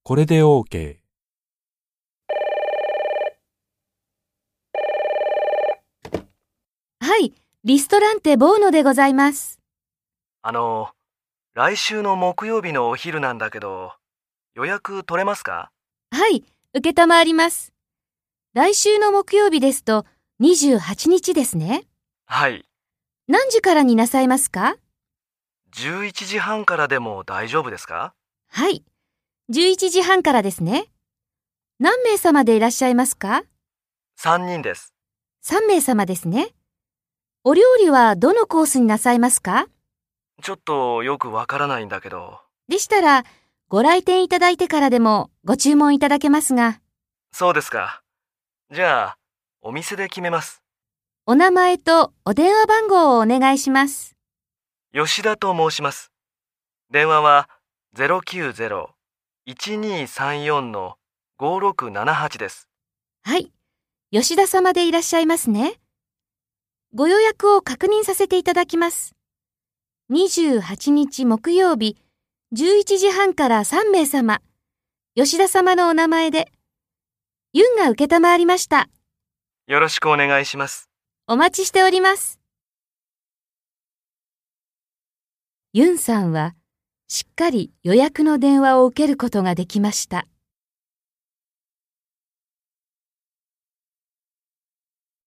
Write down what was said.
これで OK。 はい、リストランテボーノでございます。 来週の木曜日のお昼なんだけど、予約取れますか？ はい、受けたまわります。来週の木曜日ですと28日ですね。 はい。 何時からになさいますか？ 11時半からでも大丈夫ですか？ はい、11時半からですね。何名様でいらっしゃいますか？ 3人です。 3名様ですね。お料理はどのコースになさいますか？ ちょっとよくわからないんだけど。 でしたら、ご来店いただいてからでもご注文いただけますが。 そうですか。じゃあ、お店で決めます。 お名前とお電話番号をお願いします。 吉田と申します。電話は090-1234-5678です。 はい、吉田様でいらっしゃいますね。ご予約を確認させていただきます。28日木曜日、11時半から3名様、吉田様のお名前で。ユンが受けたまわりました。 よろしくお願いします。 お待ちしております。ユンさんは、しっかり予約の電話を受けることができました。